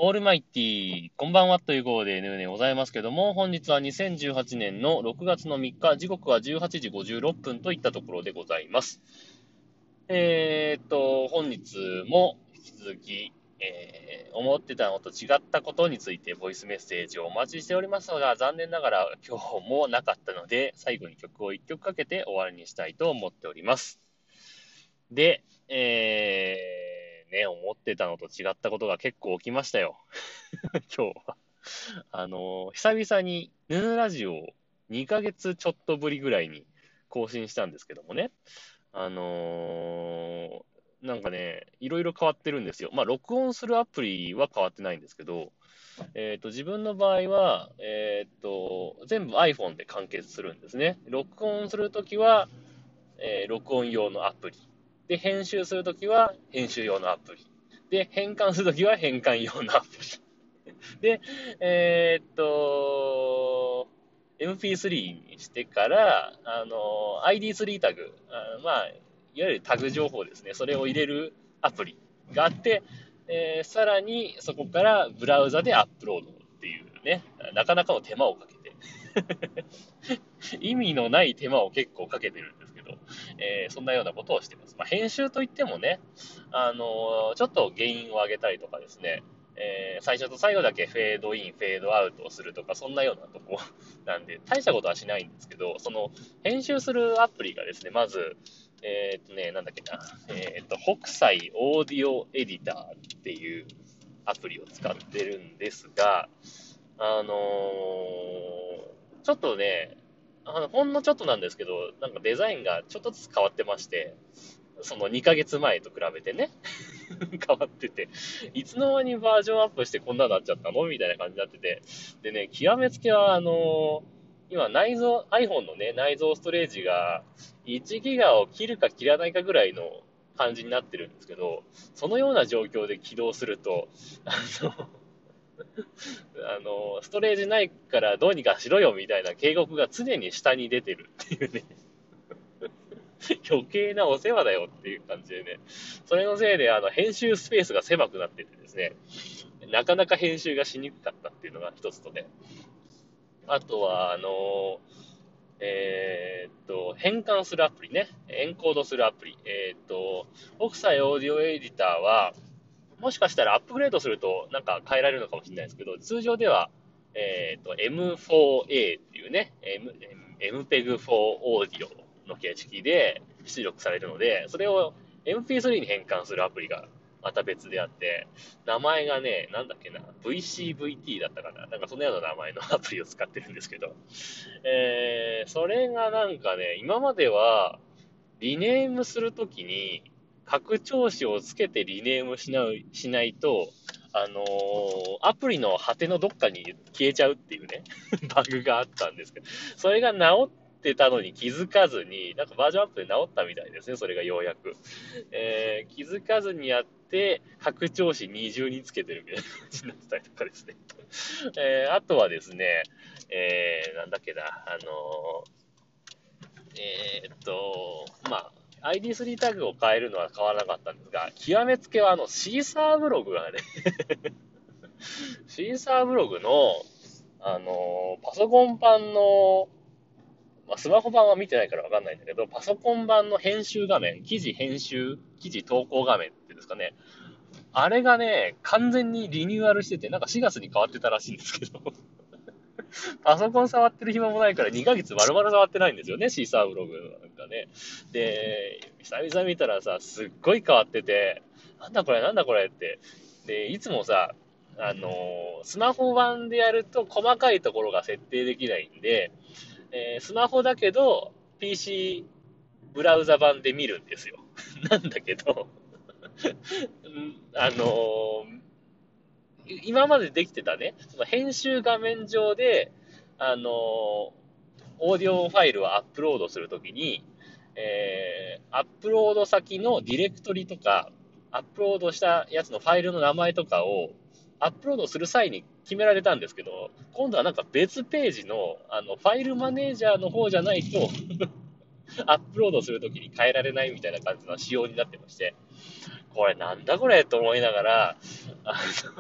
オールマイティー、こんばんはという号で N でございますけども、本日は2018年の6月の3日、時刻は18時56分といったところでございます。本日も引き続き、思ってたのと違ったことについてボイスメッセージをお待ちしておりますが、残念ながら今日もなかったので、最後に曲を1曲かけて終わりにしたいと思っております。で、思ってたのと違ったことが結構起きましたよ。今日は。久々にヌヌラジオを2ヶ月ちょっとぶりぐらいに更新したんですけどもね。なんかね、いろいろ変わってるんですよ。まあ、録音するアプリは変わってないんですけど、自分の場合は、全部 iPhone で完結するんですね。録音するときは、録音用のアプリ。で、編集するときは編集用のアプリ。で、変換するときは変換用のアプリ。で、MP3 にしてから、ID3 タグ、いわゆるタグ情報ですね。それを入れるアプリがあって、さらにそこからブラウザでアップロードっていうね、なかなかの手間をかけて、意味のない手間を結構かけてるんですけど、そんなようなことをしています。まあ、編集といってもね、ちょっと原因を上げたりとかですね、最初と最後だけフェードイン、フェードアウトをするとか、そんなようなとこなんで、大したことはしないんですけど、その、編集するアプリがですね、まず、なんだっけな、北斎オーディオエディターっていうアプリを使ってるんですが、あのちょっとね、ほんのちょっとなんですけど、なんかデザインがちょっとずつ変わってまして、その2ヶ月前と比べてね、変わってて、いつの間にバージョンアップしてこんなになっちゃったのみたいな感じになってて、でね、極めつけは、今iPhone のね、内蔵ストレージが1ギガを切るか切らないかぐらいの感じになってるんですけど、そのような状況で起動すると、あの、ストレージないからどうにかしろよみたいな警告が常に下に出てるっていうね、余計なお世話だよっていう感じでね、それのせいで編集スペースが狭くなっててですね、なかなか編集がしにくかったっていうのが一つとね、あとは、変換するアプリね、エンコードするアプリ、北斎オーディオエディターは、もしかしたらアップグレードするとなんか変えられるのかもしれないですけど、通常では、M4A っていうね、MPEG-4 オーディオの形式で出力されるので、それを MP3 に変換するアプリがまた別であって、名前がね、なんだっけな、VCVT だったかな、なんかそのような名前のアプリを使ってるんですけど、それがなんかね、今まではリネームするときに、拡張子をつけてリネームしないと、アプリの果てのどっかに消えちゃうっていうね、バグがあったんですけど、それが治ってたのに気づかずに、なんかバージョンアップで治ったみたいですね、それがようやく。気づかずにやって、拡張子二重につけてるみたいな感じになってたりとかですね。あとはですね、なんだっけな、ID3 タグを変えるのは変わらなかったんですが、極めつけはシーサーブログがね、シーサーブログの、パソコン版の、スマホ版は見てないからわかんないんだけど、パソコン版の編集画面、記事投稿画面っていうんですかね、あれがね、完全にリニューアルしてて、なんか4月に変わってたらしいんですけど、パソコン触ってる暇もないから2ヶ月丸々触ってないんですよね、シーサーブログなんかね。で、久々見たらさ、すっごい変わってて、なんだこれって。で、いつもさ、スマホ版でやると細かいところが設定できないんで、スマホだけど PC ブラウザ版で見るんですよ。なんだけど、あのー今までできてたね、その編集画面上で、オーディオファイルをアップロードするときに、アップロード先のディレクトリとか、アップロードしたやつのファイルの名前とかを、アップロードする際に決められたんですけど、今度はなんか別ページの、ファイルマネージャーの方じゃないとアップロードするときに変えられないみたいな感じの仕様になってまして、 これなんだこれと思いながら、あ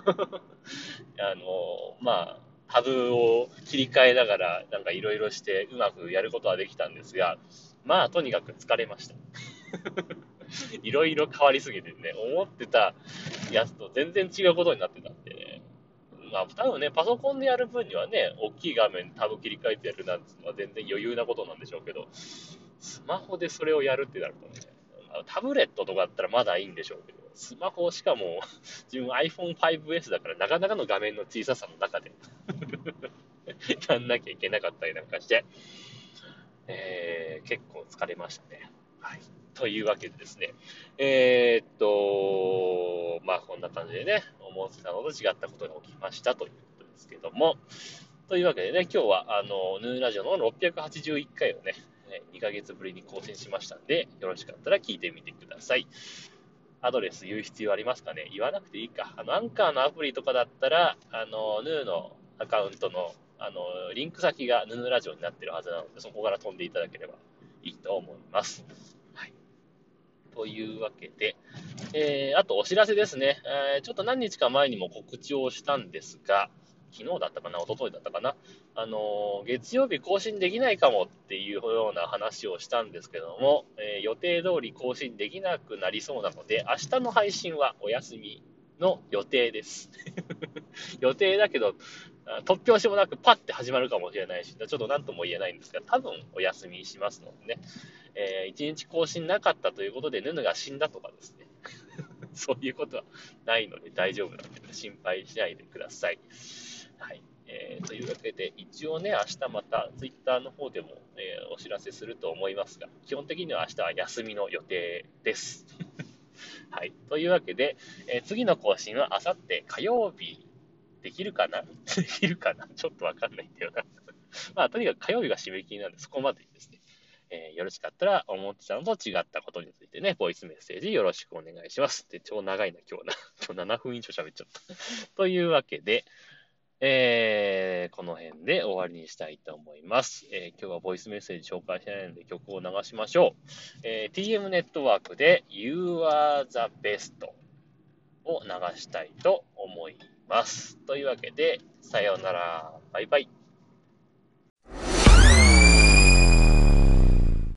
まあ、タブを切り替えながら、なんかいろいろしてうまくやることはできたんですが、まあ、とにかく疲れました。いろいろ変わりすぎてね、思ってたやつと全然違うことになってたんでね。まあ、多分ね、パソコンでやる分にはね、大きい画面タブ切り替えてやるなんてのは全然余裕なことなんでしょうけど、スマホでそれをやるってなるとね、タブレットとかだったらまだいいんでしょうけど、スマホしかも自分 iPhone5S だからなかなかの画面の小ささの中でやんなきゃいけなかったりなんかして、結構疲れましたね。はい。というわけでですね、まあこんな感じでね、思ってたのと違ったことが起きましたということですけども、というわけでね、今日はヌーラジオの681回をね、2ヶ月ぶりに更新しましたんで、よろしかったら聞いてみてください。アドレス言う必要ありますかね？言わなくていいか。アンカーのアプリとかだったら、ヌーのアカウントの、リンク先がヌーラジオになってるはずなので、そこから飛んでいただければいいと思います。はい。というわけで、あとお知らせですね。ちょっと何日か前にも告知をしたんですが、昨日だったかな、一昨日だったかな。月曜日更新できないかもっていうような話をしたんですけども、予定通り更新できなくなりそうなので、明日の配信はお休みの予定です。予定だけど、突拍子もなくパッて始まるかもしれないし、ちょっと何とも言えないんですが、多分お休みしますのでね、1日更新なかったということで、ヌヌが死んだとかですね、そういうことはないので大丈夫なので、心配しないでください。はい。というわけで、一応ね、明日またツイッターの方でも、お知らせすると思いますが、基本的には明日は休みの予定です。はい。というわけで、次の更新はあさって火曜日、できるかなできるかなちょっとわかんないんだよな。まあ、とにかく火曜日が締め切りなんで、そこまでですね。よろしかったら、思ってたのと違ったことについてね、ボイスメッセージよろしくお願いします。で、超長いな、今日な。今日7分以上喋っちゃった。というわけで、この辺で終わりにしたいと思います。今日はボイスメッセージ紹介してないので曲を流しましょう。TM ネットワークで You are the best を流したいと思います。というわけで、さようなら。バイバイ。